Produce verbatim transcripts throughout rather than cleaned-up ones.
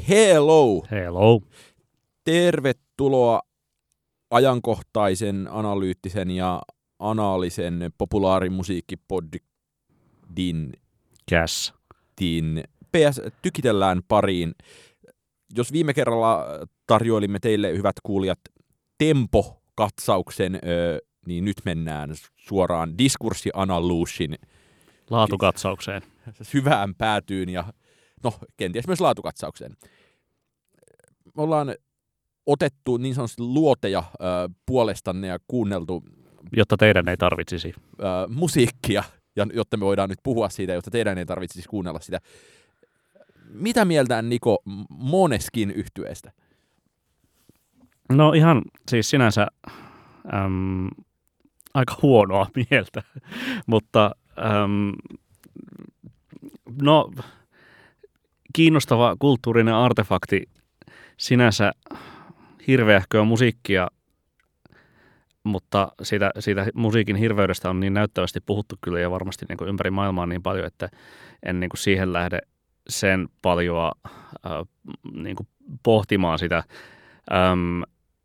Hello! Hello! Tervetuloa ajankohtaisen, analyyttisen ja anaalisen populaarimusiikkipodin Käs. P S tykitellään pariin. Jos viime kerralla tarjoilimme teille, hyvät kuulijat, Tempo-katsauksen, niin nyt mennään suoraan diskurssianalyysin Laatukatsaukseen. Syvään päätyyn ja no, kenties myös laatukatsaukseen. Me ollaan otettu niin sanotusti luoteja äh, puolestanne ja kuunneltu jotta teidän ei tarvitsisi. Äh, musiikkia, ja jotta me voidaan nyt puhua siitä, jotta teidän ei tarvitsisi kuunnella sitä. Mitä mieltä Niko Måneskin yhtyeestä? No ihan siis sinänsä äm, aika huonoa mieltä, mutta äm, no kiinnostava kulttuurinen artefakti, sinänsä hirveähköä musiikkia, mutta siitä, siitä musiikin hirveydestä on niin näyttävästi puhuttu kyllä ja varmasti niin kuin ympäri maailmaa niin paljon, että en niin kuin siihen lähde sen paljoa äh, niin kuin pohtimaan sitä. Ähm,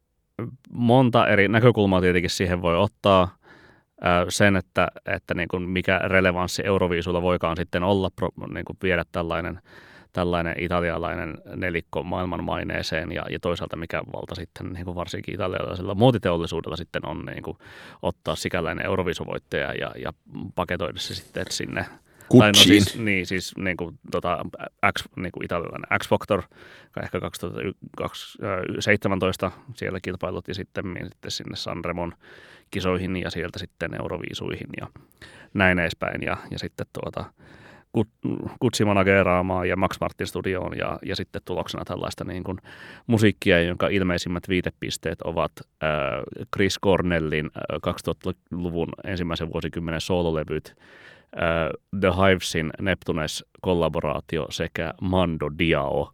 monta eri näkökulmaa tietenkin siihen voi ottaa. Äh, sen, että, että niin kuin mikä relevanssi Euroviisulla voikaan sitten olla, pro, niin kuin viedä tällainen tällainen italialainen nelikko maailman maineeseen ja, ja toisaalta mikä valta sitten niin kuin varsinkin italialaisella muotiteollisuudella sitten on niin kuin ottaa sikäläinen Euroviisuvoittaja ja, ja paketoida se sitten sinne. Tai no siis, niin, siis niin kuin, tota, X, niin kuin italialainen X-Factor, ehkä kaksituhattaseitsemäntoista siellä kilpailut ja sitten, sitten sinne Sanremon kisoihin ja sieltä sitten Euroviisuihin ja näin edespäin ja, ja sitten tuota kutsimanageraamaan ja Max Martin studioon ja, ja sitten tuloksena tällaista niin kuin musiikkia, jonka ilmeisimmät viitepisteet ovat äh, Chris Cornellin äh, kaksituhattaluvun ensimmäisen vuosikymmenen soololevyt, äh, The Hivesin Neptunes-kollaboraatio sekä Mando Diao.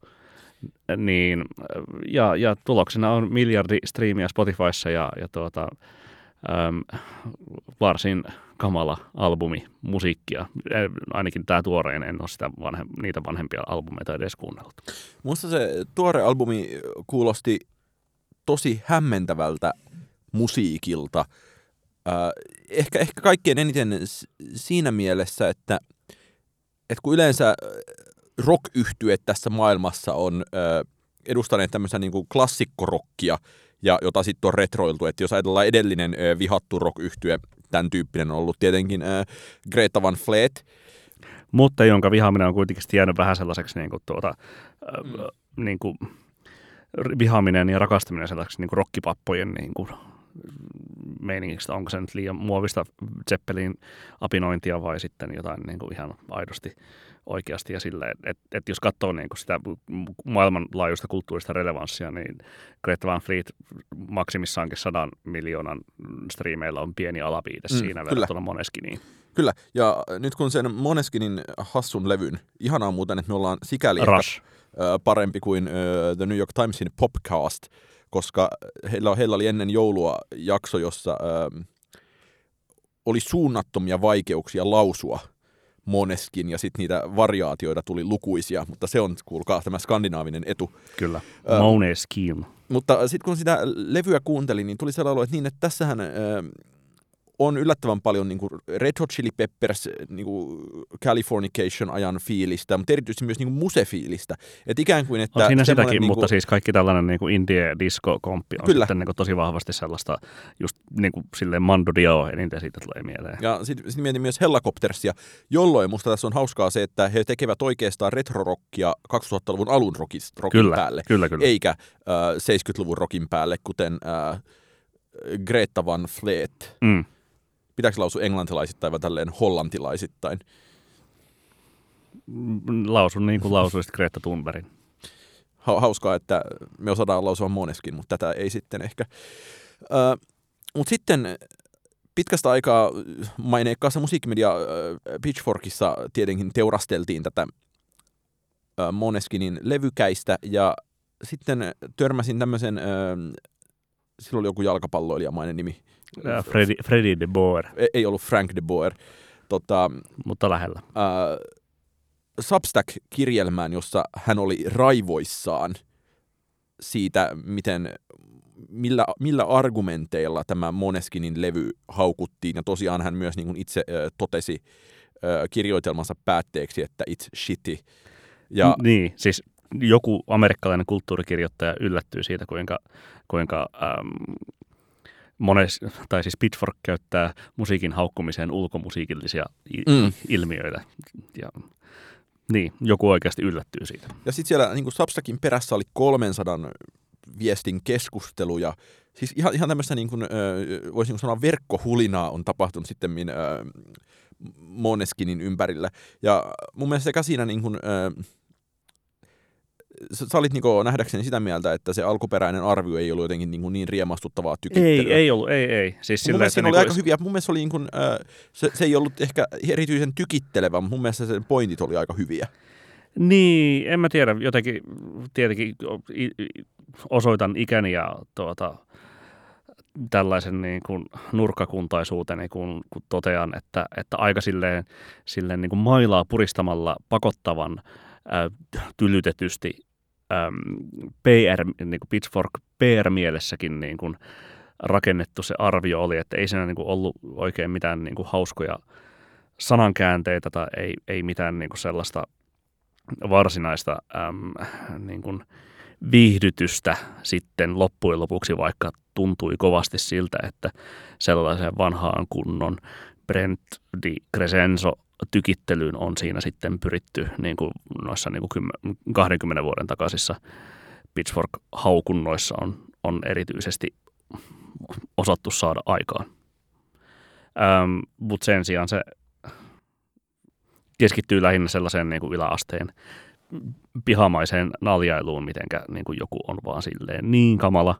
Niin, ja, ja tuloksena on miljardi striimiä Spotifyssa ja, ja tuota, ähm, varsin kamala albumi musiikkia. Ainakin tämä tuorein, en ole sitä vanhe, niitä vanhempia albumeita edes kuunnellut. Musta se tuore albumi kuulosti tosi hämmentävältä musiikilta. Äh, ehkä, ehkä kaikkein eniten siinä mielessä, että, että kun yleensä rock-yhtyeet tässä maailmassa on äh, edustaneet tämmöistä niin kuin klassikkorokkia, ja jota sitten on retroiltu, että jos ajatellaan edellinen äh, vihattu rock-yhtye, tämän tyyppinen on ollut tietenkin äh, Greta Van Fleet. Mutta jonka vihaaminen on kuitenkin jäänyt vähän sellaiseksi niin kuin tuota, äh, mm. niin kuin vihaaminen ja rakastaminen sellaiseksi niin kuin rockipappojen niin kuin meiningistä. Onko se nyt liian muovista Zeppelin apinointia vai sitten jotain niin kuin ihan aidosti oikeasti ja silleen, että et jos katsoo niin kuin sitä maailmanlaajuista kulttuurista relevanssia, niin Greta Van Fleet maksimissaankin sadan miljoonan striimeillä on pieni alaviite mm, siinä verrattuna Måneskiniin. Kyllä, ja nyt kun sen Måneskinin hassun levyn, ihanaa muuten, että me ollaan sikäli ehkä, äh, parempi kuin äh, The New York Timesin Popcast, koska heillä, heillä oli ennen joulua jakso, jossa äh, oli suunnattomia vaikeuksia lausua Måneskin, ja sitten niitä variaatioita tuli lukuisia, mutta se on, kuulkaa, tämä skandinaavinen etu. Kyllä, äh, Måneskin. Mutta sitten kun sitä levyä kuuntelin, niin tuli sellainen olo, että, niin, että tässähän äh, on yllättävän paljon niin kuin Red Hot Chili Peppers, niin kuin Californication-ajan fiilistä, mutta erityisesti myös niin kuin musefiilistä. Että ikään kuin, että on siinä sitäkin, niin kuin, mutta siis kaikki tällainen niin kuin indie-disco-komppi on sitten niin kuin tosi vahvasti sellaista, just niin kuin silleen Mando Diao, eniten siitä tulee mieleen. Ja sitten sit mietin myös Hellacoptersia, jolloin musta tässä on hauskaa se, että he tekevät oikeastaan retrorockia kaksituhattaluvun alun rockin kyllä, päälle, kyllä, kyllä. eikä äh, seitsemänkymmentäluvun rockin päälle, kuten äh, Greta Van Fleet. Mm. Pitääkö lausua englantilaisittain vai tälleen hollantilaisittain? Lausun niin kuin lausuisit Greta Thunbergin. Hauskaa, että me osataan lausua Måneskin, mutta tätä ei sitten ehkä. Äh, mutta sitten pitkästä aikaa maineikkaassa musiikkimedia äh, Pitchforkissa tietenkin teurasteltiin tätä äh, Måneskinin levykäistä, ja sitten törmäsin tämmöisen, äh, silloin oli joku jalkapalloilijamainen nimi, Freddy, Freddy de Boer. Ei ollut Frank de Boer. Tota, mutta lähellä. Ää, Substack-kirjelmään, jossa hän oli raivoissaan siitä, miten, millä, millä argumenteilla tämä Måneskinin levy haukuttiin. Ja tosiaan hän myös niin kuin itse äh, totesi äh, kirjoitelmansa päätteeksi, että it's shitty. Ja, niin, siis joku amerikkalainen kulttuurikirjoittaja yllättyy siitä, kuinka, kuinka ähm, mones, tai siis Pitchfork käyttää musiikin haukkumiseen ulkomusiikillisia mm. ilmiöitä. Ja, niin, joku oikeasti yllättyy siitä. Ja sitten siellä niin kuin Substackin perässä oli kolmensadan viestin keskustelu, ja siis ihan, ihan tämmöistä, niin kuin, voisin niin sanoa, verkkohulinaa on tapahtunut sitten äh, Måneskinin ympärillä. Ja mun mielestä sekä siinä niin kuin, äh, sä olit niinku nähdäkseni sitä mieltä, että se alkuperäinen arvio ei ollut jotenkin niinku niin riemastuttavaa tykittelyä. Ei, ei ollut, ei, ei. Siis mun mielestä siinä oli niinku aika hyviä. Mun mielestä oli niinku, äh, se, se ei ollut ehkä erityisen tykittelevä, mutta mun mielestä sen pointit oli aika hyviä. Niin, en mä tiedä. Jotenkin tietenkin osoitan ikäni ja tuota, tällaisen niin kuin nurkkakuntaisuuteni, kun, kun totean, että, että aika silleen, silleen niin kuin mailaa puristamalla pakottavan äh, tylytetysti ähm, P R, niin kuin Pitchfork P R-mielessäkin niin kuin rakennettu se arvio oli, että ei siinä niin kuin ollut oikein mitään niin kuin hauskoja sanankäänteitä tai ei, ei mitään niin kuin sellaista varsinaista äm, niin kuin viihdytystä sitten loppujen lopuksi, vaikka tuntui kovasti siltä, että sellaiseen vanhaan kunnon Brent di Crescenzo tykittelyyn on siinä sitten pyritty niin kuin noissa niin kuin kaksikymmentä vuoden takaisissa Pitchfork-haukunnoissa on, on erityisesti osattu saada aikaan. Ähm, mutta sen sijaan se keskittyy lähinnä sellaiseen niin kuin yläasteen pihamaiseen naljailuun, mitenkä niin kuin joku on vaan silleen niin kamala,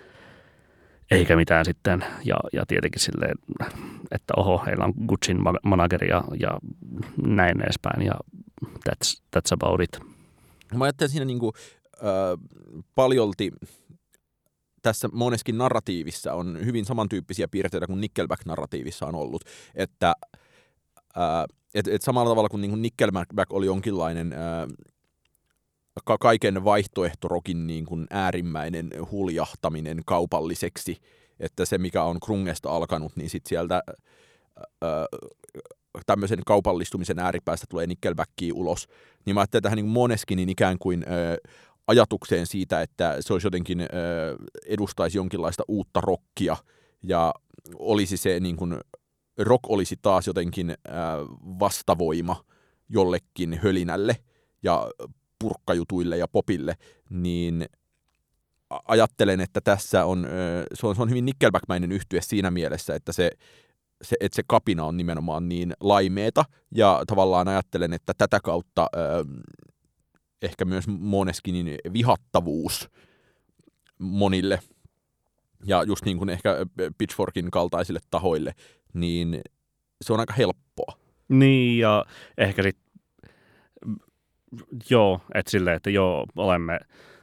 eikä mitään sitten, ja, ja tietenkin silleen, että oho, heillä on Gucciin manageri ja, ja näin edespäin, ja that's, that's about it. Mä ajattelen siinä niin kuin, äh, paljolti tässä Måneskin narratiivissa on hyvin samantyyppisiä piirteitä kuin Nickelback-narratiivissa on ollut, että äh, et, et samalla tavalla kuin, niin kuin Nickelback oli jonkinlainen äh, ka- kaiken vaihtoehtorokin niin kuin äärimmäinen huljahtaminen kaupalliseksi, että se mikä on grungesta alkanut, niin sitten sieltä äh, tämmöisen kaupallistumisen ääripäästä tulee Nickelbackia ulos, niin mä ajattelen tähän niin kuin Måneskinin ikään kuin äh, ajatukseen siitä, että se olisi jotenkin äh, edustaisi jonkinlaista uutta rockia ja olisi se niin kuin rock olisi taas jotenkin äh, vastavoima jollekin hölinälle ja purkkajutuille ja popille, niin ajattelen, että tässä on, äh, se on, se on hyvin Nickelback-mäinen yhtye siinä mielessä, että se, se, että se kapina on nimenomaan niin laimeeta, ja tavallaan ajattelen, että tätä kautta äh, ehkä myös Måneskinin vihattavuus monille, ja just niin kuin ehkä Pitchforkin kaltaisille tahoille, niin se on aika helppoa. Niin, ja ehkä sitten, joo, että silleen, että joo, olemme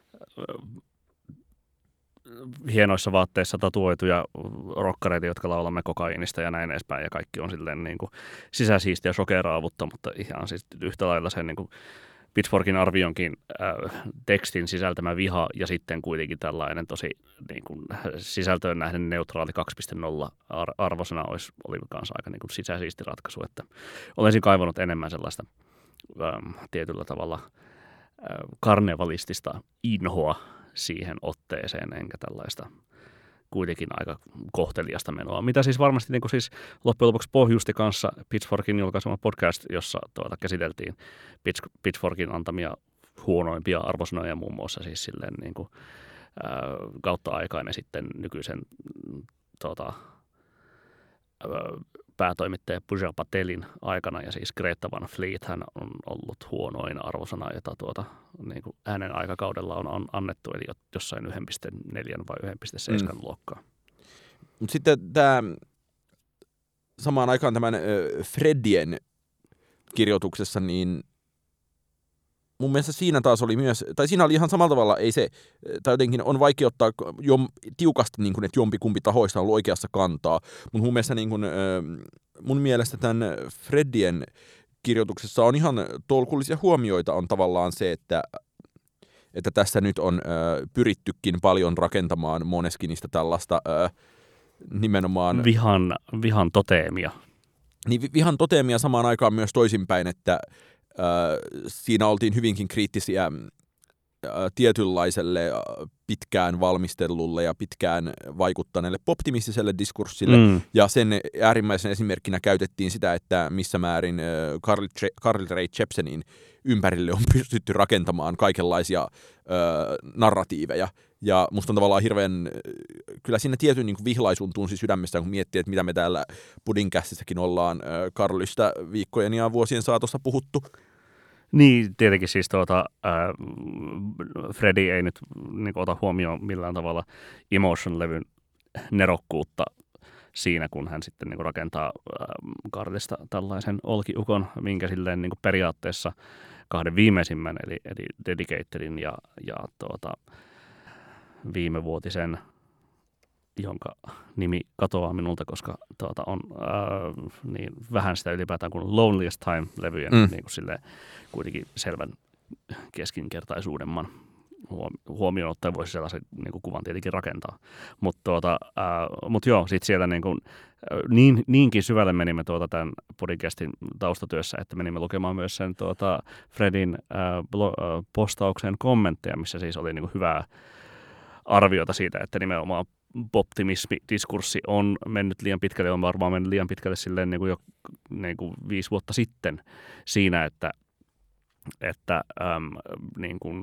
hienoissa vaatteissa tatuoituja rokkareita, jotka laulamme kokaiinista ja näin edespäin, ja kaikki on silleen niin kuin sisäsiistiä shokeraavutta, mutta ihan siis yhtä lailla sen niin kuin Pitchforkin arvionkin äh, tekstin sisältämä viha ja sitten kuitenkin tällainen tosi niin kuin, sisältöön nähden neutraali kaksi piste nolla ar- arvosana olisi, oli kanssa aika niin kuin sisäsiisti ratkaisu, että olisin kaivannut enemmän sellaista ähm, tietyllä tavalla äh, karnevalistista inhoa siihen otteeseen, enkä tällaista kuitenkin aika kohteliasta menoa. Mitä siis varmasti niin kuin siis loppujen lopuksi pohjusti kanssa Pitchforkin julkaisema podcast, jossa tuota käsiteltiin Pitch, Pitchforkin antamia huonoimpia arvosanoja muun muassa siis silleen niin kuin, ää, kautta aikainen sitten nykyisen tuota, ää, päätoimittaja Pooja Patelin aikana, ja siis Greta Van Fleet hän on ollut huonoin arvosana, jota tuota, niin kuin hänen aikakaudella on, on annettu, eli jossain yksi pilkku neljä vai yksi pilkku seitsemän mm. luokkaa. Mutta sitten tämä samaan aikaan tämän äh, Freddien kirjoituksessa, niin mun mielestä siinä taas oli myös, tai siinä oli ihan samalla tavalla, ei se, tai jotenkin on vaikea ottaa jom, tiukasti, niin kuin, että jompikumpi tahoista on ollut oikeassa kantaa, mutta mun mielestä, niin kuin, mun mielestä tämän Freddien blogikirjoituksessa on ihan tolkullisia huomioita, on tavallaan se, että, että tässä nyt on ö, pyrittykin paljon rakentamaan Måneskinista tällaista ö, nimenomaan... Vihan, vihan toteemia. Niin vihan toteemia samaan aikaan myös toisinpäin, että ö, siinä oltiin hyvinkin kriittisiä tietynlaiselle pitkään valmistellulle ja pitkään vaikuttaneelle optimistiselle diskurssille. Mm. Ja sen äärimmäisen esimerkkinä käytettiin sitä, että missä määrin Carl, Carl Ray Jepsenin ympärille on pystytty rakentamaan kaikenlaisia ö, narratiiveja. Ja musta on tavallaan hirveän, kyllä siinä tietyn niin kuin vihlaisun tunsi sydämestään, kun miettii, että mitä me täällä Puddingcastissakin ollaan ö, Carlista viikkojen ja vuosien saatossa puhuttu. Niin, tietenkin siis tuota, äh, Freddy ei nyt niin kuin, ota huomioon millään tavalla Emotion-levyn nerokkuutta siinä, kun hän sitten niin kuin, rakentaa äh, Carlista tällaisen olkiukon, minkä silleen niin kuin, periaatteessa kahden viimeisimmän, eli, eli Dedicatedin ja, ja tuota, viimevuotisen, jonka nimi katoaa minulta, koska tuota, on äh, niin vähän sitä ylipäätään kuin Loneliest Time-levyjen mm. niin kuin silleen, kuitenkin selvän keskinkertaisuudemman huomioon ottaen voisi sellaisen niin kuin kuvan tietenkin rakentaa. Mutta tuota, äh, mut joo, sitten siellä niin, kuin, niin, niinkin syvälle menimme tuota tämän podcastin taustatyössä, että menimme lukemaan myös sen tuota Fredin äh, blo- äh, postauksen kommentteja, missä siis oli niin kuin hyvää arviota siitä, että nimenomaan optimismi-diskurssi on mennyt liian pitkälle, on varmaan mennyt liian pitkälle silleen niin kuin jo niin kuin viisi vuotta sitten siinä, että, että äm, niin kuin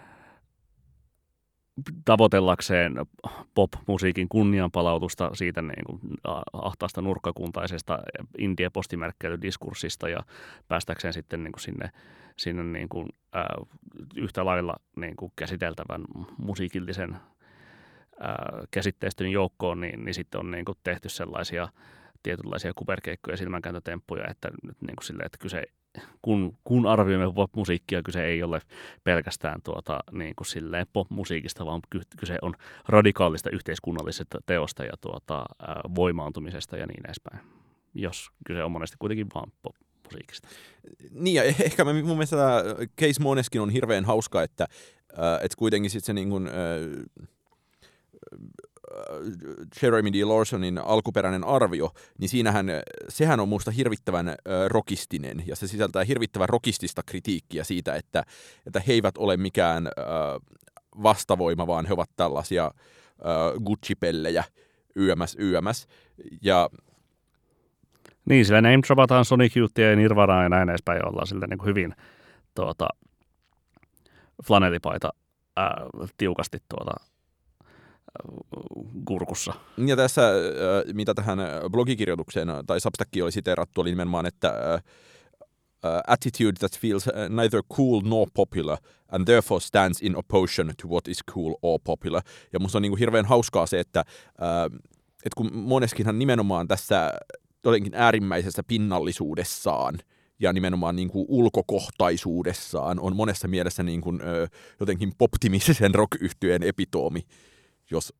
tavoitellakseen pop-musiikin kunnianpalautusta siitä niin kuin ahtaasta nurkkakuntaisesta indie-postimerkkeilydiskurssista ja päästäkseen sitten niin kuin sinne, sinne niin kuin, äh, yhtä lailla niin kuin käsiteltävän musiikillisen käsitteistön joukkoon, niin, niin sitten on niin kuin tehty sellaisia tietynlaisia kuperkeikkoja ja silmänkääntötemppuja, että, niin kuin sille, että kyse, kun, kun arvioimme pop-musiikkia, kyse ei ole pelkästään tuota, niin kuin silleen pop-musiikista, vaan kyse on radikaalista yhteiskunnallisesta teosta ja tuota, voimaantumisesta ja niin edespäin, jos kyse on monesti kuitenkin vaan pop-musiikista. Niin ja ehkä mun mielestä tämä Case Måneskin on hirveän hauska, että, että kuitenkin sitten se niin kuin, Jeremy D. Lawsonin alkuperäinen arvio, niin siinähän, sehän on musta hirvittävän äh, rockistinen, ja se sisältää hirvittävän rockistista kritiikkiä siitä, että, että he eivät ole mikään äh, vastavoima, vaan he ovat tällaisia äh, Gucci-pellejä yömäs yömäs. Ja niin, sillä name dropataan Sonic Youthia ja Nirvanaa ja näin edespäin, ollaan sillä niin kuin hyvin tuota, flanelipaita äh, tiukasti tuota kurkussa. Ja tässä, mitä tähän blogikirjoitukseen tai Substackiin oli siteerattu, oli nimenomaan, että uh, attitude that feels neither cool nor popular and therefore stands in opposition to what is cool or popular. Ja musta on niin kuin hirveän hauskaa se, että, uh, että kun Måneskinhan nimenomaan tässä jotenkin äärimmäisessä pinnallisuudessaan ja nimenomaan niin kuin ulkokohtaisuudessaan on monessa mielessä niin kuin, ö, jotenkin poptimistisen rock-yhtyeen epitoomi, jos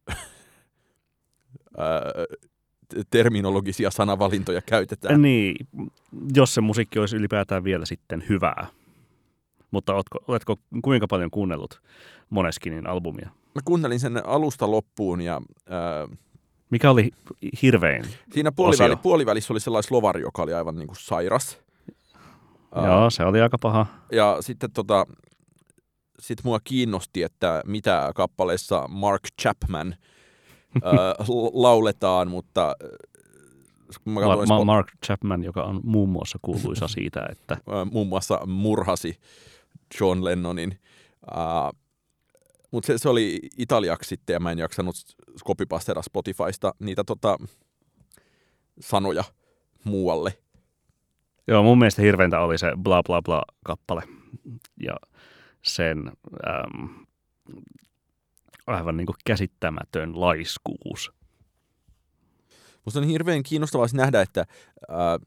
ää, terminologisia sanavalintoja käytetään. Niin, jos se musiikki olisi ylipäätään vielä sitten hyvää. Mutta oletko, oletko kuinka paljon kuunnellut Måneskinin albumia? Mä kuuntelin sen alusta loppuun ja... Ää, mikä oli hirvein siinä puoliväli, puolivälissä oli sellainen slovari, joka oli aivan niin kuin sairas. Joo, uh, se oli aika paha. Ja sitten tota, sit mua kiinnosti, että mitä kappaleessa Mark Chapman uh, lauletaan, mutta... Mä Ma- Ma- Mark Chapman, joka on muun muassa kuuluisa siitä, että... muun muassa murhasi John Lennonin. Uh, mutta se, se oli italiaksi sitten, ja mä en jaksanut copypastera Spotifysta niitä tota, sanoja muualle. Joo, mun mielestä hirveintä oli se bla bla bla kappale ja sen äm, aivan niin kuin käsittämätön laiskuus. Musta on hirveän kiinnostavaa nähdä, että ää,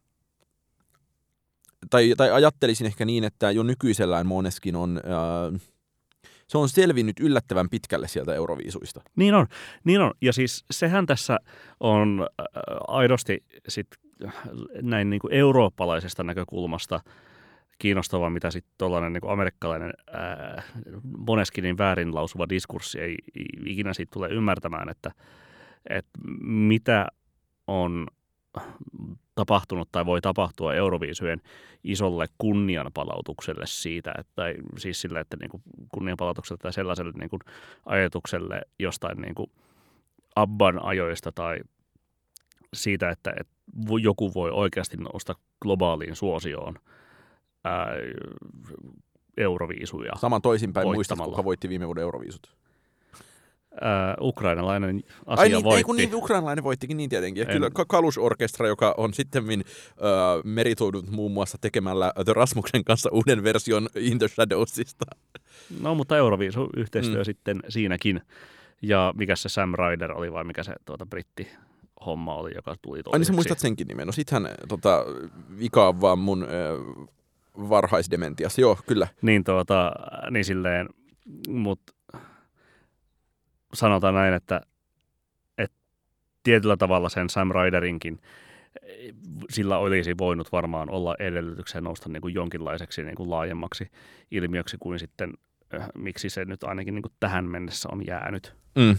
tai, tai ajattelisin ehkä niin, että jo nykyisellään Måneskin on, ää, se on selvinnyt yllättävän pitkälle sieltä Euroviisuista. Niin on, niin on. Ja siis sehän tässä on ää, aidosti sit näin niin kuin eurooppalaisesta näkökulmasta kiinnostavaa, mitä sitten tuollainen niin amerikkalainen ää, Moneskinin väärin lausuva diskurssi ei ikinä siitä tule ymmärtämään, että, että mitä on tapahtunut tai voi tapahtua Euroviisujen isolle kunnianpalautukselle siitä, että, tai siis sille, että niin kuin kunnianpalautukselle tai sellaiselle niin kuin ajatukselle jostain niin kuin Abban ajoista tai siitä, että, että joku voi oikeasti nousta globaaliin suosioon ää, Euroviisuja Saman toisinpäin muistatko, kuka voitti viime vuoden Euroviisut? Ää, ukrainalainen asia Ai niin, voitti. Ei kun niin, ukrainalainen voittikin niin tietenkin. Ja kyllä Kalush-orkestra, joka on sittemmin äh, meritoidut muun muassa tekemällä The Rasmuksen kanssa uuden version In the Shadowsista. No mutta Euroviisu-yhteistyö mm. sitten siinäkin. Ja mikä se Sam Ryder oli vai mikä se tuota, britti-homma oli, joka tuli toiseksi. Ai niin sä muistat senkin nimen. No sittenhän tota, vikaa vaan mun äh, varhaisdementiassa. Joo, kyllä. Niin, tuota, niin silleen, mutta sanotaan näin, että, että tietyllä tavalla sen Sam Ryderinkin sillä olisi voinut varmaan olla edellytyksiä nousta niin kuin jonkinlaiseksi niin kuin laajemmaksi ilmiöksi kuin sitten, äh, miksi se nyt ainakin niin kuin tähän mennessä on jäänyt. Mm.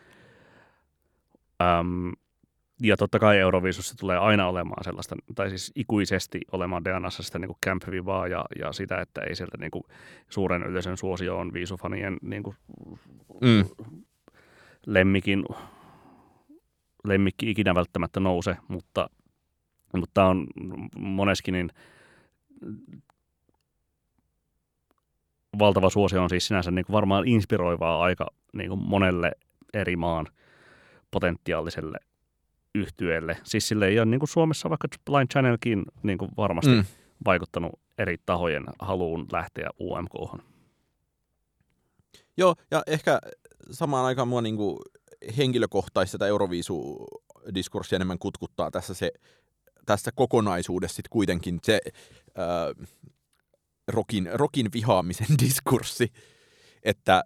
Ähm, ja totta kai Euroviisussa tulee aina olemaan sellaista, tai siis ikuisesti olemaan D N A:ssa sitä niin kuin camp-vivaa ja, ja sitä, että ei sieltä niin kuin suuren yleisön suosio on viisufanien niin kuin mm. lemmikin, lemmikki ikinä välttämättä nouse, mutta mutta on Moneskinin valtava suosio on siis sinänsä niin kuin varmaan inspiroivaa aika niin kuin monelle eri maan potentiaaliselle yhtyeelle. Siis sille ei ole niin kuin Suomessa vaikka Blind Channelkin niin kuin varmasti mm. vaikuttanut eri tahojen haluun lähteä U M K:hon. Joo, ja ehkä samaan aikaan mua niin kuin henkilökohtaisesti tätä Euroviisu-diskurssia enemmän kutkuttaa tässä se tässä kokonaisuudessa sitten kuitenkin se äh, rokin, rokin vihaamisen diskurssi, että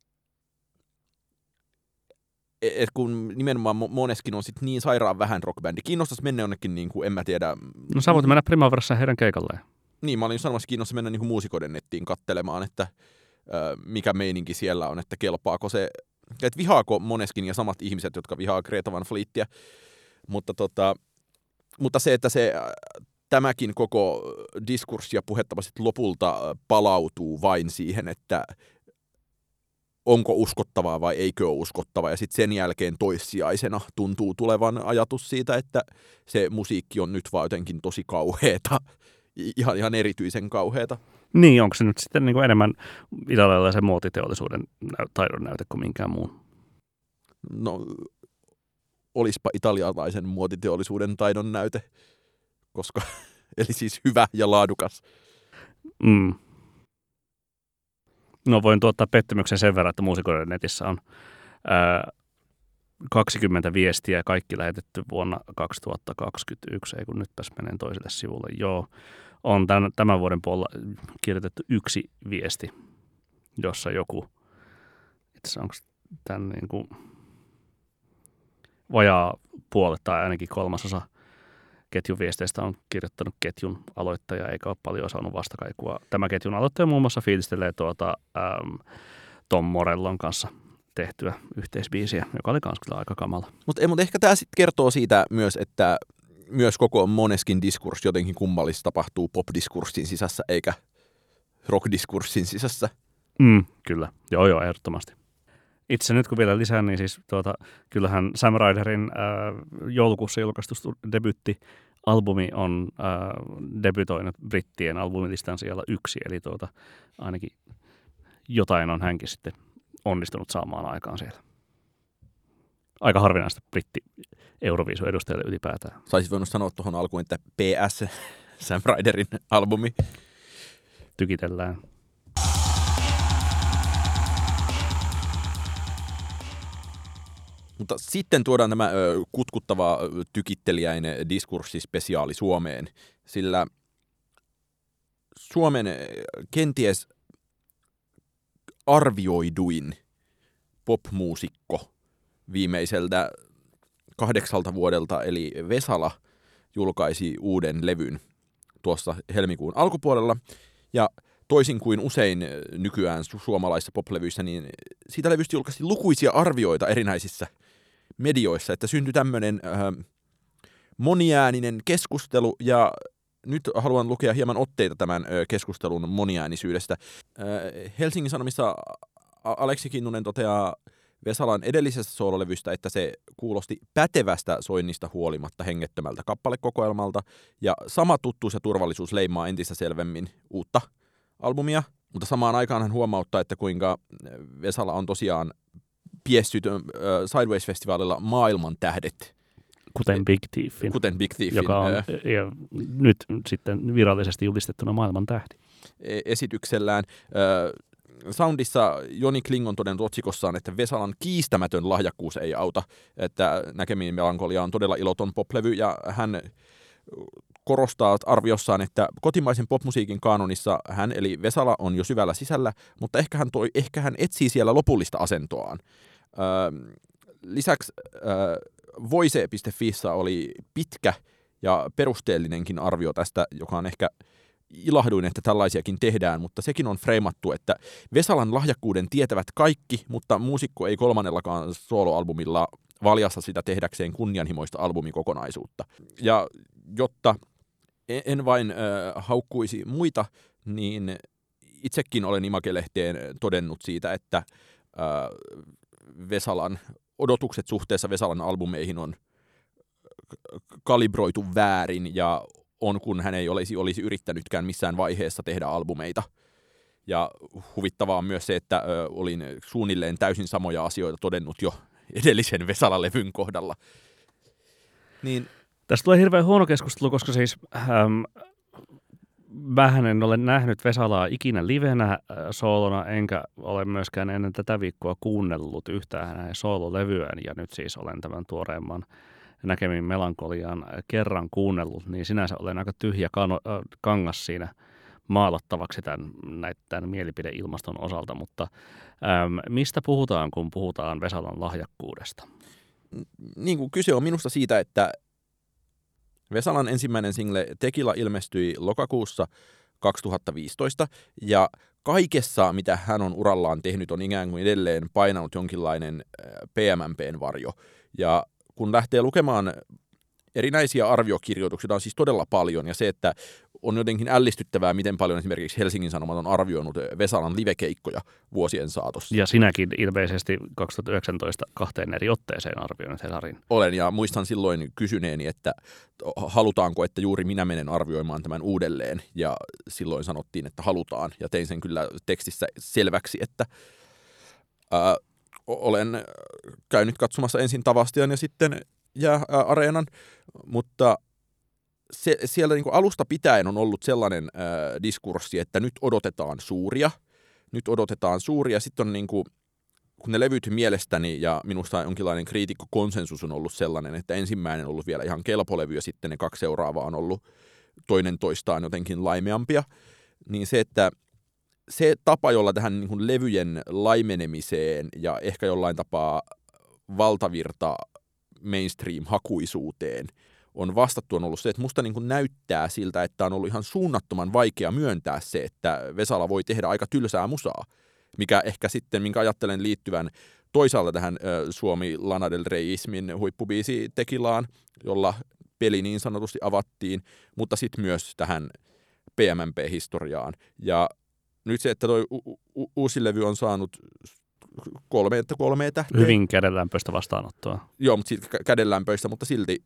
et kun nimenomaan Måneskin on sitten niin sairaan vähän rockbändi. Kiinnostaisi mennä jonnekin, niin kuin, en mä tiedä. No sä voit mennä Primaverassa heidän keikalleen. Niin, mä olin sanomassa, kiinnostaisi mennä niin kuin muusikoiden nettiin katselemaan, että äh, mikä meininki siellä on, että kelpaako se, että vihaako Måneskin ja samat ihmiset, jotka vihaa Greta Van Fleetia, mutta tota Mutta se, että se, tämäkin koko diskurssi ja puhettava sitten lopulta palautuu vain siihen, että onko uskottavaa vai eikö ole uskottavaa. Ja sitten sen jälkeen toissijaisena tuntuu tulevan ajatus siitä, että se musiikki on nyt vaan jotenkin tosi kauheata, ihan, ihan erityisen kauheata. Niin, onko se nyt sitten niin kuin enemmän italialaisen muotiteollisuuden taidon näyte kuin minkään muun? No, olispa italialaisen muotiteollisuuden taidon näyte, koska, eli siis hyvä ja laadukas. Mm. No voin tuottaa pettymyksen sen verran, että muusikoiden netissä on ää, kaksikymmentä viestiä, kaikki lähetetty vuonna kaksituhattakaksikymmentäyksi, ei kun nyt tässä menen toiselle sivulle. Joo, on tämän, tämän vuoden puolella kirjoitettu yksi viesti, jossa joku, itse onko tämän niin kuin vajaa puolet tai ainakin kolmasosa ketjun viesteistä on kirjoittanut ketjun aloittaja, eikä ole paljon saanut vastakaikua. Tämä ketjun aloittaja muun muassa fiilistelee tuota, äm, Tom Morellon kanssa tehtyä yhteisbiisiä, joka oli kans kyllä aika kamala. Mutta mut ehkä tämä sitten kertoo siitä myös, että myös koko Måneskin diskurssi jotenkin kummallista tapahtuu pop-diskurssin sisässä, eikä rock-diskurssin sisässä. Mm, kyllä, joo joo, ehdottomasti. Itse nyt kun vielä lisään, niin siis tuota, kyllähän Sam Ryderin äh, joulukuussa julkaistu debyttialbumi on äh, debytoinut brittien albumilistan siellä yksi, eli tuota, ainakin jotain on hänkin sitten onnistunut saamaan aikaan siellä. Aika harvinaista britti Euroviisu-edustajalle ylipäätään. Saisit voinut sanoa tuohon alkuun, että P S Sam Ryderin albumi. Tykitellään. Mutta sitten tuodaan tämä ö, kutkuttava tykittelijäinen diskurssispesiaali Suomeen, sillä Suomen kenties arvioiduin popmuusikko viimeiseltä kahdeksalta vuodelta, eli Vesala, julkaisi uuden levyn tuossa helmikuun alkupuolella. Ja toisin kuin usein nykyään su- suomalaisissa poplevyissä, niin siitä levystä julkaisi lukuisia arvioita erinäisissä medioissa, että syntyi tämmöinen äh, moniääninen keskustelu, ja nyt haluan lukea hieman otteita tämän äh, keskustelun moniäänisyydestä. Äh, Helsingin Sanomissa Aleksi Kinnunen toteaa Vesalan edellisestä soololevystä, että se kuulosti pätevästä soinnista huolimatta hengettömältä kappalekokoelmalta, ja sama tuttuus ja turvallisuus leimaa entistä selvemmin uutta albumia, mutta samaan aikaan hän huomauttaa, että kuinka Vesala on tosiaan piessyt äh, Sideways-festivaalilla maailman tähdet. Kuten Big Thiefin, Kuten Big Thiefin joka on äh, ja nyt sitten virallisesti julistettuna maailman tähti. Esityksellään. Äh, Soundissa Joni Kling on todennut otsikossaan, että Vesalan kiistämätön lahjakkuus ei auta, että Näkemiin melankolia on todella iloton poplevy, ja hän korostaa arviossaan, että kotimaisen popmusiikin kaanonissa hän eli Vesala on jo syvällä sisällä, mutta ehkä hän, toi, ehkä hän etsii siellä lopullista asentoaan. Öö, lisäksi öö, voice piste fissä oli pitkä ja perusteellinenkin arvio tästä, joka on ehkä ilahduin, että tällaisiakin tehdään, mutta sekin on freimattu, että Vesalan lahjakkuuden tietävät kaikki, mutta muusikko ei kolmannellakaan soloalbumilla valjasta sitä tehdäkseen kunnianhimoista albumikokonaisuutta. Ja jotta en vain äh, haukkuisi muita, niin itsekin olen Image-lehteen todennut siitä, että äh, Vesalan odotukset suhteessa Vesalan albumeihin on kalibroitu väärin, ja on, kun hän ei olisi, olisi yrittänytkään missään vaiheessa tehdä albumeita. Ja huvittavaa on myös se, että ö, olin suunnilleen täysin samoja asioita todennut jo edellisen Vesala-levyn kohdalla. Niin, tästä tulee hirveän huono keskustelu, koska siis äm, vähän en ole nähnyt Vesalaa ikinä livenä äh, soolona, enkä ole myöskään ennen tätä viikkoa kuunnellut yhtään hänen soololevyään, ja nyt siis olen tämän tuoreemman Näkemiin melankoliaan kerran kuunnellut, niin sinänsä olen aika tyhjä kano, äh, kangas siinä maalattavaksi tämän, tämän mielipideilmaston osalta, mutta äm, mistä puhutaan, kun puhutaan Vesalan lahjakkuudesta? Niin kuin kyse on minusta siitä, että Vesalan ensimmäinen single Tekila ilmestyi lokakuussa kaksituhattaviisitoista, ja kaikessa, mitä hän on urallaan tehnyt, on ikään kuin edelleen painanut jonkinlainen P M M P:n varjo. Ja kun lähtee lukemaan erinäisiä arviokirjoituksia, on siis todella paljon, ja se, että on jotenkin ällistyttävää, miten paljon esimerkiksi Helsingin Sanomat on arvioinut Vesalan livekeikkoja vuosien saatossa. Ja sinäkin ilmeisesti kaksituhattayhdeksäntoista kahteen eri otteeseen arvioinut Hesarin. Olen, ja muistan silloin kysyneeni, että halutaanko, että juuri minä menen arvioimaan tämän uudelleen, ja silloin sanottiin, että halutaan, ja tein sen kyllä tekstissä selväksi, että ää, olen käynyt katsomassa ensin Tavastian ja sitten ja Areenan, mutta se, siellä niin kuin alusta pitäen on ollut sellainen ää, diskurssi, että nyt odotetaan suuria, nyt odotetaan suuria, sitten on niin kuin, kun ne levyt mielestäni ja minusta jonkinlainen kriitikkokonsensus on ollut sellainen, että ensimmäinen on ollut vielä ihan kelpolevy ja sitten ne kaksi seuraavaa on ollut toinen toistaan jotenkin laimeampia, niin se, että se tapa, jolla tähän niin kuin levyjen laimenemiseen ja ehkä jollain tapaa valtavirta mainstream-hakuisuuteen on vastattu, on ollut se, että musta niin kuin näyttää siltä, että on ollut ihan suunnattoman vaikea myöntää se, että Vesala voi tehdä aika tylsää musaa, mikä ehkä sitten, minkä ajattelen liittyvän toisaalta tähän äh, Suomi Lana Del Reyismin huippubiisi Tekilaan, jolla peli niin sanotusti avattiin, mutta sitten myös tähän P M M P-historiaan. Ja nyt se, että toi u- u- uusi levy on saanut kolme, kolme tähteä. Hyvin kädenlämpöistä vastaanottoa. Joo, mutta silti kädenlämpöistä, mutta silti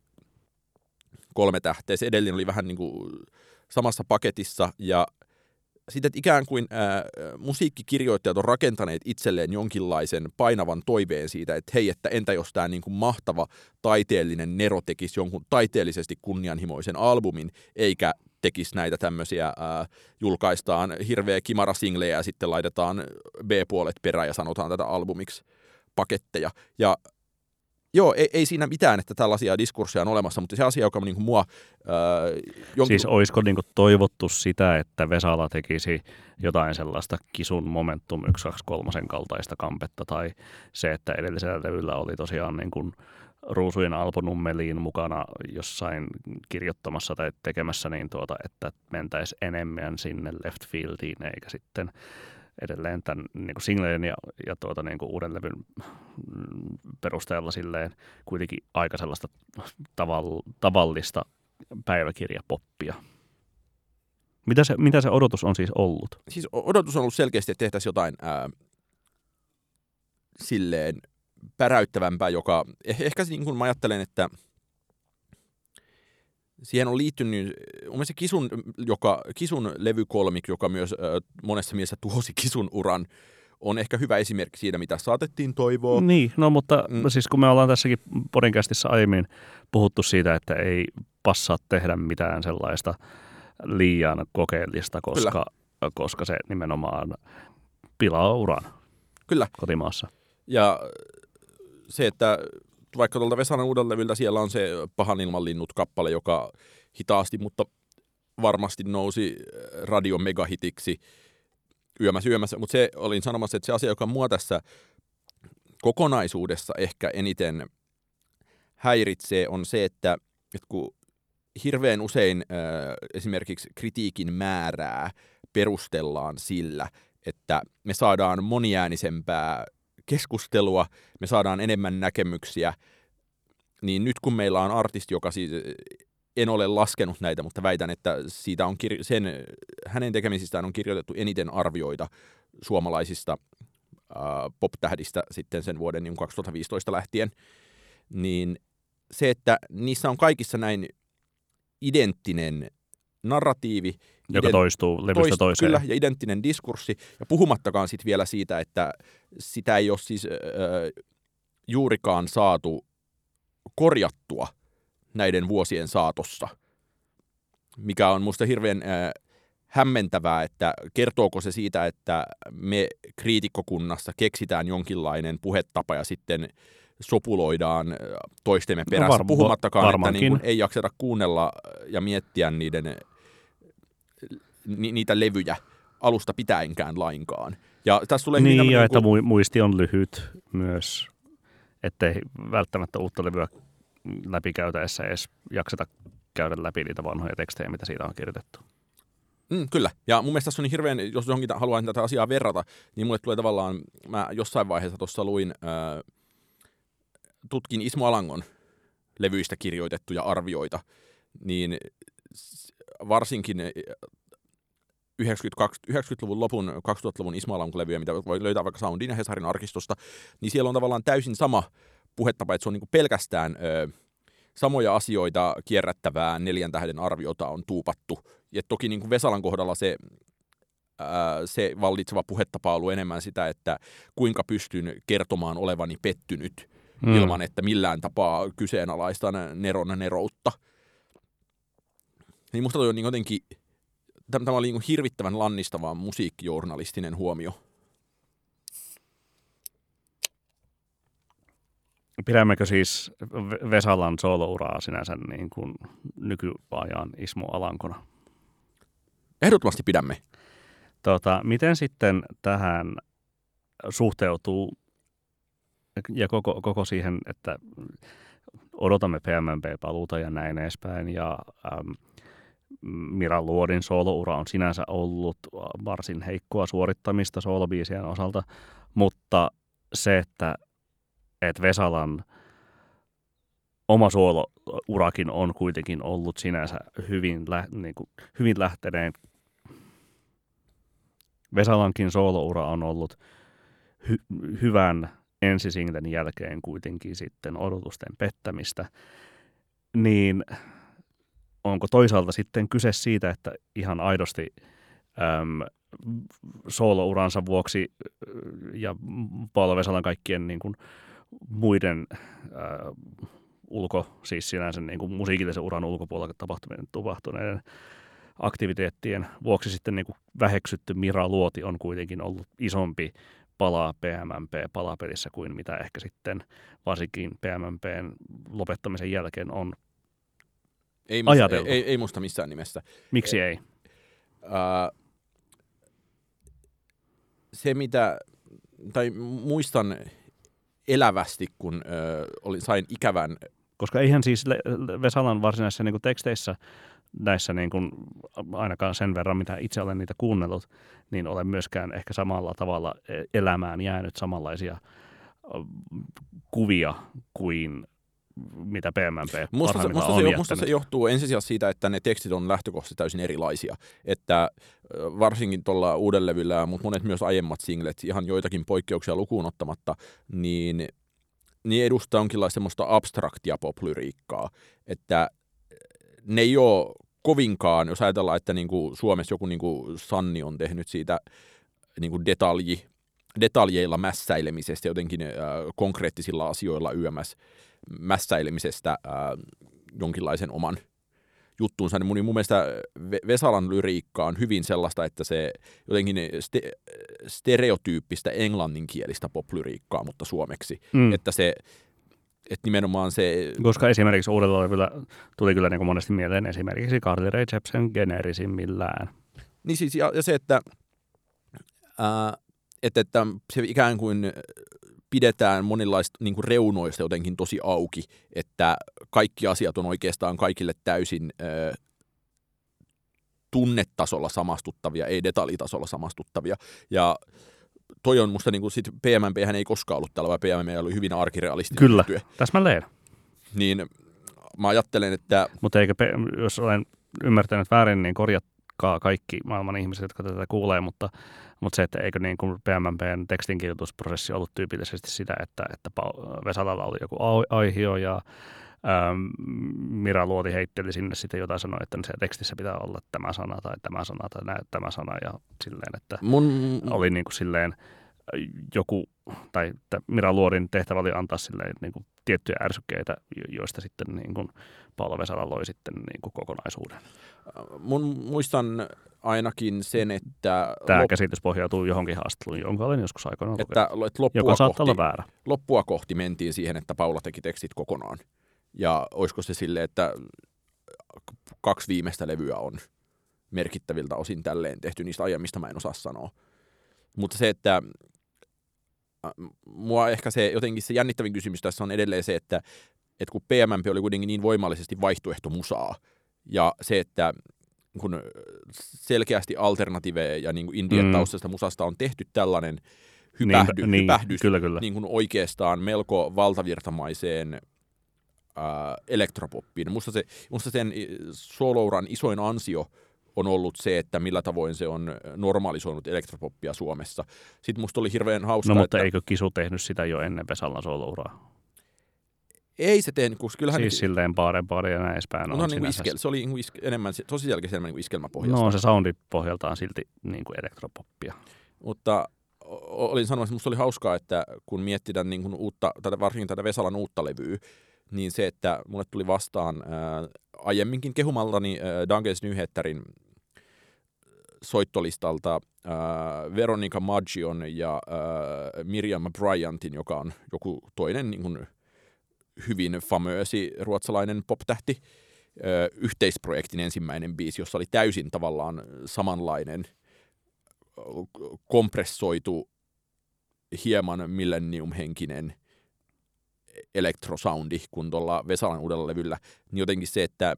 kolme tähteä. Se edellinen oli vähän niin kuin samassa paketissa, ja sitten, että ikään kuin ää, musiikkikirjoittajat on rakentaneet itselleen jonkinlaisen painavan toiveen siitä, että hei, että entä jos tämä niin kuin mahtava taiteellinen Nero tekisi jonkun taiteellisesti kunnianhimoisen albumin, eikä tekisi näitä tämmöisiä, ää, julkaistaan hirveä kimara-singlejä ja sitten laitetaan B-puolet perään ja sanotaan tätä albumiksi paketteja. Ja joo, ei, ei siinä mitään, että tällaisia diskursseja on olemassa, mutta se asia, joka niin kuin mua... Ää, jonkin... Siis olisiko niin kuin toivottu sitä, että Vesala tekisi jotain sellaista Kisun Momentum yksi kaksi kolme kaltaista kampetta, tai se, että edellisellä levyllä oli tosiaan niin kuin Ruusujen Alpo Nummeliin mukana jossain kirjoittamassa tai tekemässä, niin tuota, että mentäisiin enemmän sinne left fieldiin, eikä sitten edelleen tämän niin kuin singleen ja, ja tuota, niin kuin uuden levyn perusteella silleen kuitenkin aika sellaista tavall, tavallista päiväkirjapoppia. Mitä se, mitä se odotus on siis ollut? Siis odotus on ollut selkeästi, että tehtäisiin jotain ää, silleen päräyttävämpää, joka ehkä niin kuin mä ajattelen, että siihen on liittynyt mun mielestä Kisun, joka, Kisun levykolmik, joka myös ää, monessa mielessä tuhosi Kisun uran, on ehkä hyvä esimerkki siitä, mitä saatettiin toivoa. Niin, no mutta mm. siis kun me ollaan tässäkin podcastissa aiemmin puhuttu siitä, että ei passaa tehdä mitään sellaista liian kokeellista, koska, koska se nimenomaan pilaa uran Kyllä. kotimaassa. Ja se, että vaikka tuolta Vesalan uuden levyltä siellä on se Pahan ilman linnut kappale, joka hitaasti, mutta varmasti nousi radion megahitiksi yömässä yömässä. Mutta se olin sanomassa, että se asia, joka mua tässä kokonaisuudessa ehkä eniten häiritsee, on se, että, että kun hirveän usein äh, esimerkiksi kritiikin määrää perustellaan sillä, että me saadaan moniäänisempää keskustelua, me saadaan enemmän näkemyksiä, niin nyt kun meillä on artisti, joka siis, en ole laskenut näitä, mutta väitän, että siitä on kir- sen, hänen tekemisistään on kirjoitettu eniten arvioita suomalaisista äh, pop-tähdistä sitten sen vuoden niin kaksituhattaviisitoista lähtien, niin se, että niissä on kaikissa näin identtinen narratiivi, joka ident- toistuu levystä toist- toiseen. Kyllä, ja identtinen diskurssi, ja puhumattakaan sitten vielä siitä, että sitä ei ole siis äh, juurikaan saatu korjattua näiden vuosien saatossa, mikä on musta hirveän äh, hämmentävää, että kertooko se siitä, että me kriitikkokunnassa keksitään jonkinlainen puhetapa ja sitten sopuloidaan toistemme perässä, no var- puhumattakaan, varmankin. Että niin kun ei jakseta kuunnella ja miettiä niiden, ni, niitä levyjä alusta pitäenkään lainkaan. Ja tässä tulee niin, ja niin että kuin... muisti on lyhyt myös, ettei välttämättä uutta levyä läpikäytäessä edes jakseta käydä läpi niitä vanhoja tekstejä, mitä siitä on kirjoitettu. Mm, kyllä. Ja mun mielestä tässä on niin hirveän, jos johonkin haluan tätä asiaa verrata, niin mulle tulee tavallaan, mä jossain vaiheessa tuossa luin, ää, tutkin Ismo Alangon levyistä kirjoitettuja arvioita, niin varsinkin yhdeksänkymmentäluvun lopun, kaksituhattaluvun Ismo Alangon levyjä, mitä voi löytää vaikka Soundin ja Hesarin arkistosta, niin siellä on tavallaan täysin sama puhetapa, että se on niin kuin pelkästään ö, samoja asioita kierrättävää neljän tähden arviota on tuupattu. Ja toki niin kuin Vesalan kohdalla se, ää, se vallitseva puhetapa on ollut enemmän sitä, että kuinka pystyn kertomaan olevani pettynyt mm. ilman, että millään tapaa kyseenalaistan Neron neroutta. Niin musta toi on niin jotenkin, tämä oli niin kuin hirvittävän lannistava musiikkijournalistinen huomio. Pidämmekö siis Vesalan soolouraa sinänsä niin kuin nykyajan Ismo Alankona? Ehdottomasti pidämme. Tota, miten sitten tähän suhteutuu ja koko, koko siihen, että odotamme P M M P-paluuta ja näin edespäin, ja äm, Mira Luodin sooloura on sinänsä ollut varsin heikkoa suorittamista soolobiisien osalta, mutta se, että että Vesalan oma soolourakin on kuitenkin ollut sinänsä hyvin, lä, niin kuin, hyvin lähteneen. Vesalankin sooloura on ollut hy, hyvän ensisinglen jälkeen kuitenkin sitten odotusten pettämistä. Niin onko toisaalta sitten kyse siitä, että ihan aidosti äm, soolouransa vuoksi ja Paolo Vesalan kaikkien niin kuin muiden äh, ulko, siis sinänsä niin kuin musiikillisen uran ulkopuolella tapahtuneiden aktiviteettien vuoksi sitten niin kuin väheksytty Mira Luoti on kuitenkin ollut isompi pala P M M P-palapelissä kuin mitä ehkä sitten varsinkin P M M P:n lopettamisen jälkeen on ei musta, ajateltu. Ei, ei, ei musta missään nimessä. Miksi ei? Äh, se mitä, tai muistan elävästi, kun ö, olin, sain ikävän. Koska eihän siis Vesalan varsinaisissa niin kuin teksteissä näissä niin kuin, ainakaan sen verran, mitä itse olen niitä kuunnellut, niin olen myöskään ehkä samalla tavalla elämään jäänyt samanlaisia kuvia kuin mitä P M P musta se, musta, on se, musta se johtuu ensisijaisesti siitä, että ne tekstit on lähtökohtaisesti täysin erilaisia. Että varsinkin tuolla uuden levyllä, mutta monet myös aiemmat singlet, ihan joitakin poikkeuksia lukuun ottamatta, niin niin edustaa jonkinlaista semmoista abstraktia pop-lyriikkaa, että ne ei ole kovinkaan, jos ajatellaan, että niinku Suomessa joku niinku Sanni on tehnyt siitä niinku detalji, detaljeilla mässäilemisestä, jotenkin äh, konkreettisilla asioilla yömässä mässäilemisestä äh, jonkinlaisen oman juttuunsa, niin mun, mun mielestä Vesalan lyriikka on hyvin sellaista, että se jotenkin ste- stereotyyppistä englanninkielistä pop-lyriikkaa, mutta suomeksi. Mm. Että se, että nimenomaan se... Koska esimerkiksi uudella levyllä tuli kyllä niin kuin monesti mieleen esimerkiksi Carly Rae Jepsen geneerisimmillään. Niin siis, ja, ja se, että, ää, että, että se ikään kuin pidetään monilaista niin kuin reunoista jotenkin tosi auki, että kaikki asiat on oikeastaan kaikille täysin ö, tunnetasolla samastuttavia, ei detaljitasolla samastuttavia. Ja toi on musta, niin kuin sit P M P hän ei koskaan ollut tällä, vaan P M P oli hyvin arkirealistinen. Kyllä, työ. täsmälleen. Niin mä ajattelen, että... Mutta eikö, jos olen ymmärtänyt väärin, niin korjatkaa kaikki maailman ihmiset, jotka tätä kuulee, mutta Mutta se, että eikö niin kuin P M P:n tekstinkirjoitusprosessi ollut tyypillisesti sitä, että, että Vesalalla oli joku aihio ja ähm, Mira Luoti heitteli sinne sitten jotain sanoa, että se tekstissä pitää olla tämä sana tai tämä sana tai nä, tämä sana ja silleen, että Mun... oli niin kuin silleen joku, tai Mira Luodin tehtävä oli antaa silleen niin kuin tiettyjä ärsykkeitä, joista sitten niin kuin Paula Vesala loi sitten niin kuin kokonaisuuden. Mun muistan ainakin sen, että... Tämä lop... käsitys pohjautuu johonkin haastatteluun, jonka olen joskus aikoinaan että, että joka saattaa kohti, olla väärä. Loppua kohti mentiin siihen, että Paula teki tekstit kokonaan. Ja olisiko se silleen, että kaksi viimeistä levyä on merkittäviltä osin tälleen tehty, niistä aiemmista mä en osaa sanoa. Mutta se, että mua ehkä se jotenkin se jännittävin kysymys tässä on edelleen se, että, että kun P M P oli kuitenkin niin voimallisesti vaihtoehtomusaa, ja se, että kun selkeästi alternatiive ja niin kuin indien mm. taustasta musasta on tehty tällainen hypähdy, niin, hypähdys niin, kyllä, kyllä. Niin kuin oikeastaan melko valtavirtamaiseen ää, elektropoppiin. Musta, se, musta sen solouran isoin ansio on ollut se, että millä tavoin se on normalisoinut elektropoppia Suomessa. Sitten musta oli hirveän hauskaa, No mutta että... eikö Kisu tehnyt sitä jo ennen Vesalan solouraa? Ei se tehnyt, koska kyllähän... Siis ne... silleen Baare Baare ja näin edespäin on, on niin iskel... Se oli iske... enemmän, tosi selkeästi enemmän niin iskelmäpohjasta. No se soundi pohjaltaan silti niin kuin elektropoppia. Mutta olin sanomassa, että musta oli hauskaa, että kun miettii tämän, niin kuin uutta, tätä, varsinkin tätä Vesalan uutta levyä, niin se, että mulle tuli vastaan ää, aiemminkin kehumallani ää, Dagens Nyheterin soittolistalta ää, Veronica Maggion ja ää, Miriam Bryantin, joka on joku toinen niin kuin hyvin famöösi ruotsalainen pop-tähti, ää, yhteisprojektin ensimmäinen biisi, jossa oli täysin tavallaan samanlainen kompressoitu, hieman millennium-henkinen elektrosoundi kuin tuolla Vesalan uudella levyllä, niin jotenkin se, että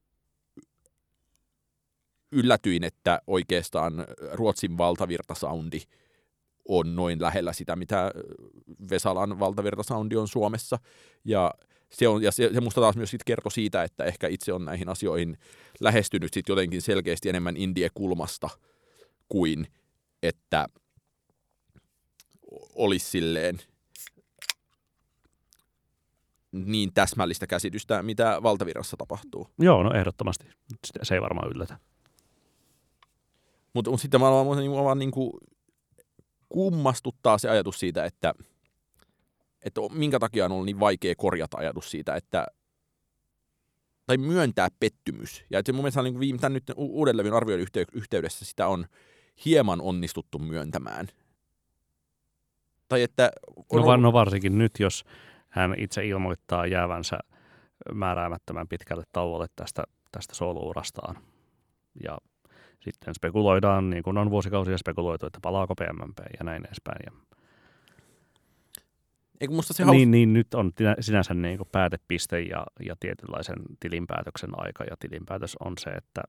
yllätyin, että oikeastaan Ruotsin valtavirtasoundi on noin lähellä sitä, mitä Vesalan valtavirtasoundi on Suomessa. Ja se, on, ja se, se musta taas myös sit kertoi siitä, että ehkä itse on näihin asioihin lähestynyt sit jotenkin selkeästi enemmän indie-kulmasta kuin että olisi silleen niin täsmällistä käsitystä, mitä valtavirrassa tapahtuu. Joo, no ehdottomasti. Se ei varmaan yllätä. Mutta mut sitten mä vaan, niin, vaan niin kuin kummastuttaa se ajatus siitä, että, että minkä takia on ollut niin vaikea korjata ajatus siitä, että tai myöntää pettymys. Ja että mun mielestä niin kuin tämän nyt uuden levyn arvioiden yhteydessä sitä on hieman onnistuttu myöntämään. Tai että on... no, no varsinkin nyt, jos hän itse ilmoittaa jäävänsä määräämättömän pitkälle tauolle tästä, tästä solo-urastaan. Ja sitten spekuloidaan, niin kuin on vuosikausia spekuloitu, että palaako P M P ja näin edespäin. Ja... Eikö musta se haus... niin, niin, nyt on sinänsä niin kuin päätepiste ja, ja tietynlaisen tilinpäätöksen aika, ja tilinpäätös on se, että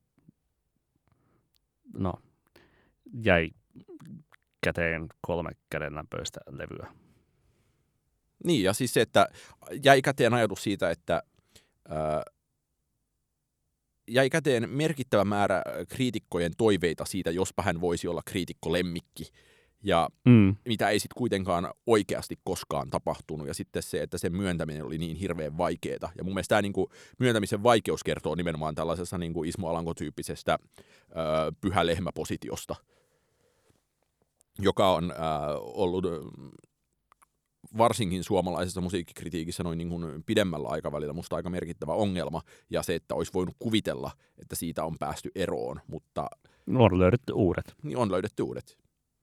no, jäi käteen kolme kädenlämpöistä levyä. Niin, ja siis se, että jäi käteen ajatus siitä, että ää, jäi käteen merkittävä määrä kriitikkojen toiveita siitä, jospa hän voisi olla kriitikkolemmikki, ja mm. mitä ei sitten kuitenkaan oikeasti koskaan tapahtunut, ja sitten se, että sen myöntäminen oli niin hirveän vaikeaa. Ja mun mielestä tämä niinku, myöntämisen vaikeus kertoo nimenomaan tällaisessa niinku Ismo Alanko-tyyppisestä ää, pyhä lehmäpositiosta, joka on ää, ollut varsinkin suomalaisessa musiikkikritiikissä noin niin kuin pidemmällä aikavälillä musta aika merkittävä ongelma, ja se, että olisi voinut kuvitella, että siitä on päästy eroon, mutta... On löydetty uudet. Niin, on löydetty uudet.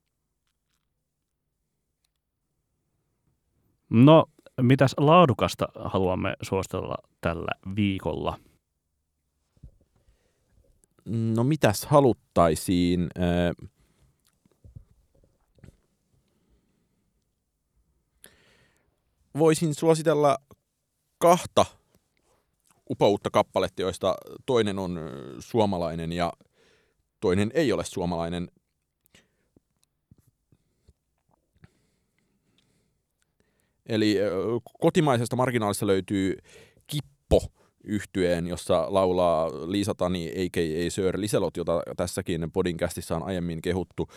No, mitäs laadukasta haluamme suositella tällä viikolla? No, mitäs haluttaisiin... Äh... Voisin suositella kahta upoutta kappaletta, joista toinen on suomalainen ja toinen ei ole suomalainen. Eli kotimaisesta marginaalista löytyy Kippo -yhtyeen, jossa laulaa Liisa Tani, a k a. Sir Liselot, jota tässäkin podcastissa on aiemmin kehuttu.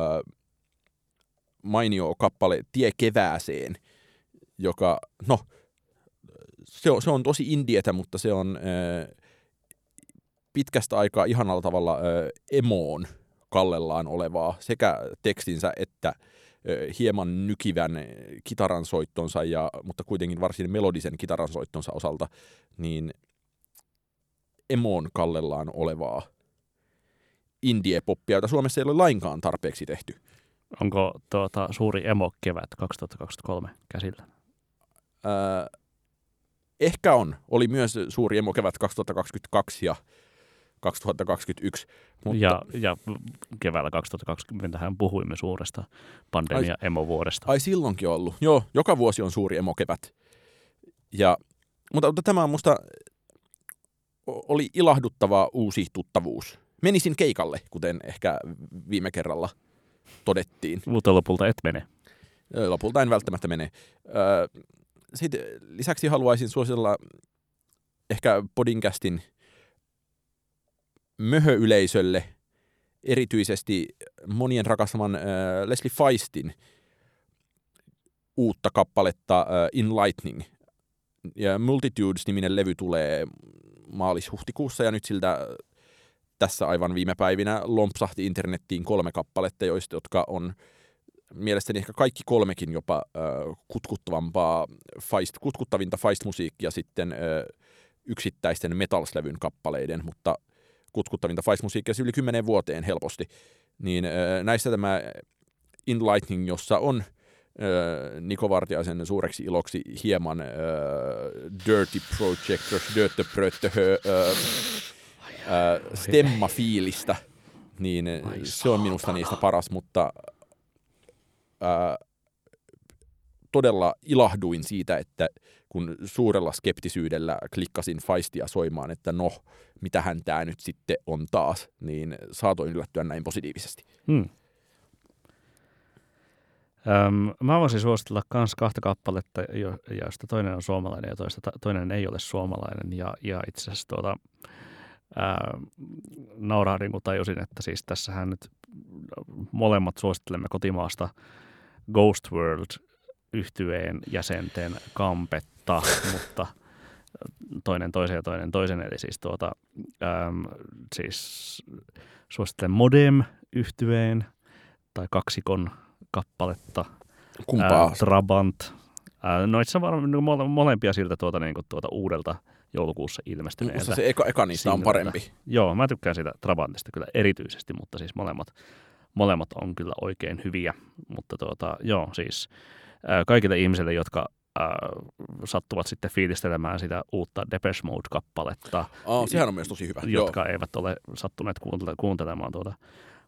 Mainio kappale Tie kevääseen, joka, no, se on, se on tosi indietä, mutta se on ää, pitkästä aikaa ihanalla tavalla ää, emoon kallellaan olevaa sekä tekstinsä että ää, hieman nykivän kitaransoittonsa, ja, mutta kuitenkin varsin melodisen kitaransoittonsa osalta, niin emoon kallellaan olevaa indie-poppia, jota Suomessa ei ole lainkaan tarpeeksi tehty. Onko tuota, suuri emo-kevät kaksituhattakaksikymmentäkolme käsillä? Öö, ehkä on. Oli myös suuri emo-kevät kaksituhattakaksikymmentäkaksi ja kaksituhattakaksikymmentäyksi. Mutta... Ja, ja keväällä kaksituhattakaksikymmentä hän puhuimme suuresta pandemia-emo-vuodesta. Ai silloinkin ollut. Joo, joka vuosi on suuri emo-kevät. Ja, mutta, mutta tämä musta oli ilahduttava uusi tuttavuus. Menisin keikalle, kuten ehkä viime kerralla todettiin. Mutta lopulta et mene. Lopulta en välttämättä mene. Öö, Sitten lisäksi haluaisin suositella ehkä podcastin möhöyleisölle erityisesti monien rakastaman äh, Leslie Feistin uutta kappaletta äh, In Lightning. Ja Multitudes-niminen levy tulee maalis-huhtikuussa, ja nyt siltä tässä aivan viime päivinä lompsahti internettiin kolme kappaletta, joista, jotka on mielestäni ehkä kaikki kolmekin jopa äh, kutkuttavampaa, feist, kutkuttavinta Feist-musiikkia sitten äh, yksittäisten Metals-levyn kappaleiden, mutta kutkuttavinta Feist-musiikkia yli kymmenen vuoteen helposti. Niin äh, näistä tämä In Lightning, jossa on äh, Niko Vartiaisen suureksi iloksi hieman äh, Dirty Projectors, Dirty Pröttehö, äh, äh, stemma-fiilistä, niin äh, se on minusta niistä paras, mutta Ää, todella ilahduin siitä, että kun suurella skeptisyydellä klikkasin Feistia soimaan, että no, mitähän tämä nyt sitten on taas, niin saatoin yllättyä näin positiivisesti. Hmm. Öm, mä voisin suositella myös kahta kappaletta, joista toinen on suomalainen ja toista, toinen ei ole suomalainen, ja, ja itse asiassa tuota, ää, naurahdin, kun tajusin, että siis tässähän nyt molemmat suosittelemme kotimaasta Ghost World-yhtyeen jäsenten kampetta, mutta toinen toisen ja toinen toisen, eli siis, tuota, äm, siis suosittelen Modem-yhtyeen tai kaksikon kappaletta. Kumpaa? Ää, Trabant. Ää, no itse asiassa mole, molempia siltä tuota, niin kuin, tuota uudelta joulukuussa ilmestyneeltä. Musta se eka, eka niistä singulta on parempi. Joo, mä tykkään siitä Trabantista kyllä erityisesti, mutta siis molemmat, molemmat on kyllä oikein hyviä. Mutta tuota, joo, siis ää, kaikille ihmisille, jotka ää, sattuvat sitten fiilistelemään sitä uutta Depeche Mode-kappaletta. Aa, sehän on myös tosi hyvä. Jotka joo. eivät ole sattuneet kuuntelemaan tuota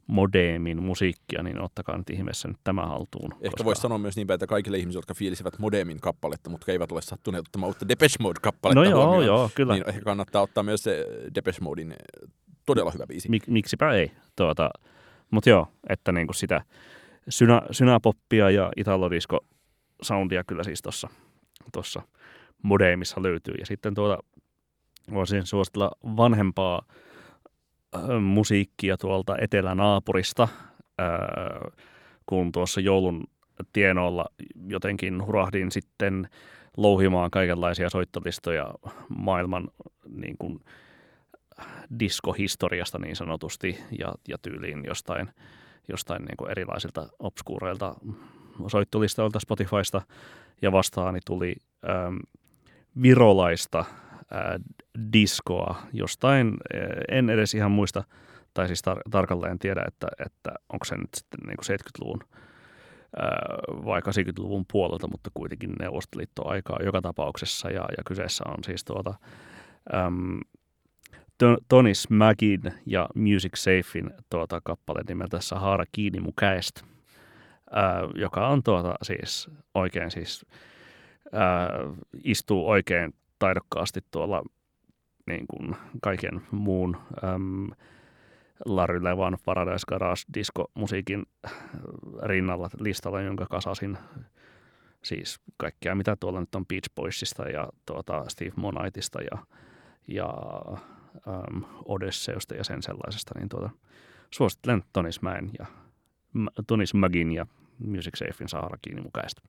modemin musiikkia, niin ottakaa nyt ihmeessä nyt tämä haltuun. Ehkä koska... voisi sanoa myös niin päin, että kaikille ihmisille, jotka fiilisivät modemin kappaletta, mutta eivät ole sattuneet ottamaan uutta Depeche Mode-kappaletta No joo, huomioon, joo, kyllä. niin ehkä kannattaa ottaa myös se Depeche Modein todella hyvä biisi. Mik, miksipä ei. Tuota, mutta joo, että niinku sitä synä, synäpoppia ja italodisko-soundia kyllä siis tuossa tossa modemissa löytyy. Ja sitten tuota, voisin suositella vanhempaa äh, musiikkia tuolta etelänaapurista, äh, kun tuossa joulun tienoilla jotenkin hurahdin sitten louhimaan kaikenlaisia soittolistoja maailman niin kuin, diskohistoriasta niin sanotusti ja, ja tyyliin jostain, jostain niin kuin erilaisilta obskuureilta soittolistoilta Spotifysta ja vastaani tuli ähm, virolaista äh, diskoa jostain, en edes ihan muista tai siis tar- tarkalleen tiedä, että, että onko se nyt sitten niin kuin seitsemänkymmentäluvun äh, vai kahdeksankymmentäluvun puolelta, mutta kuitenkin Neuvostoliitto-aikaa joka tapauksessa ja, ja kyseessä on siis tuota ähm, Tony Smaggin ja Music Safein tuota kappale nimeltä Sahara kiinni mun käestä, ää, joka on tuota siis oikein siis ää, istuu oikein taidokkaasti tuolla niin kuin kaiken muun äm, Larry Levan Paradise Garage disco-musiikin rinnalla listalla, jonka kasasin siis kaikkea, mitä tuolla nyt on Beach Boysista ja tuota Steve Moniteista ja, ja Um, Odesseusta ja sen sellaisesta, niin tuota, suosittelen Tony Smaggin ja, Tony Smaggin ja Music Safein Sahara kiinni mun käestä.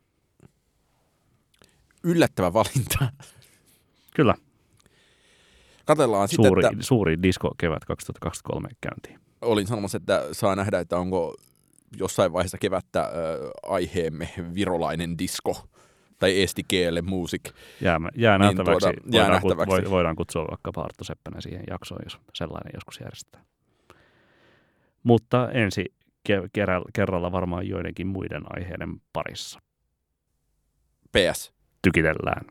Yllättävä valinta. Kyllä. Katellaan suuri, sitten, että... Suuri disco kevät kaksituhattakaksikymmentäkolme käyntiin. Olin sanomassa, että saa nähdä, että onko jossain vaiheessa kevättä äh, aiheemme virolainen disco tai eesti kielen music. Jää, jää niin nähtäväksi. Tuota, jää voidaan, nähtäväksi. Kut, voidaan kutsua vaikka Arttu Seppänen siihen jaksoon, jos sellainen joskus järjestetään. Mutta ensi ke- kerralla, kerralla varmaan joidenkin muiden aiheiden parissa. P S. Tykitellään.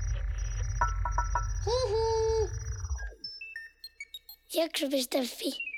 Jakso piste fi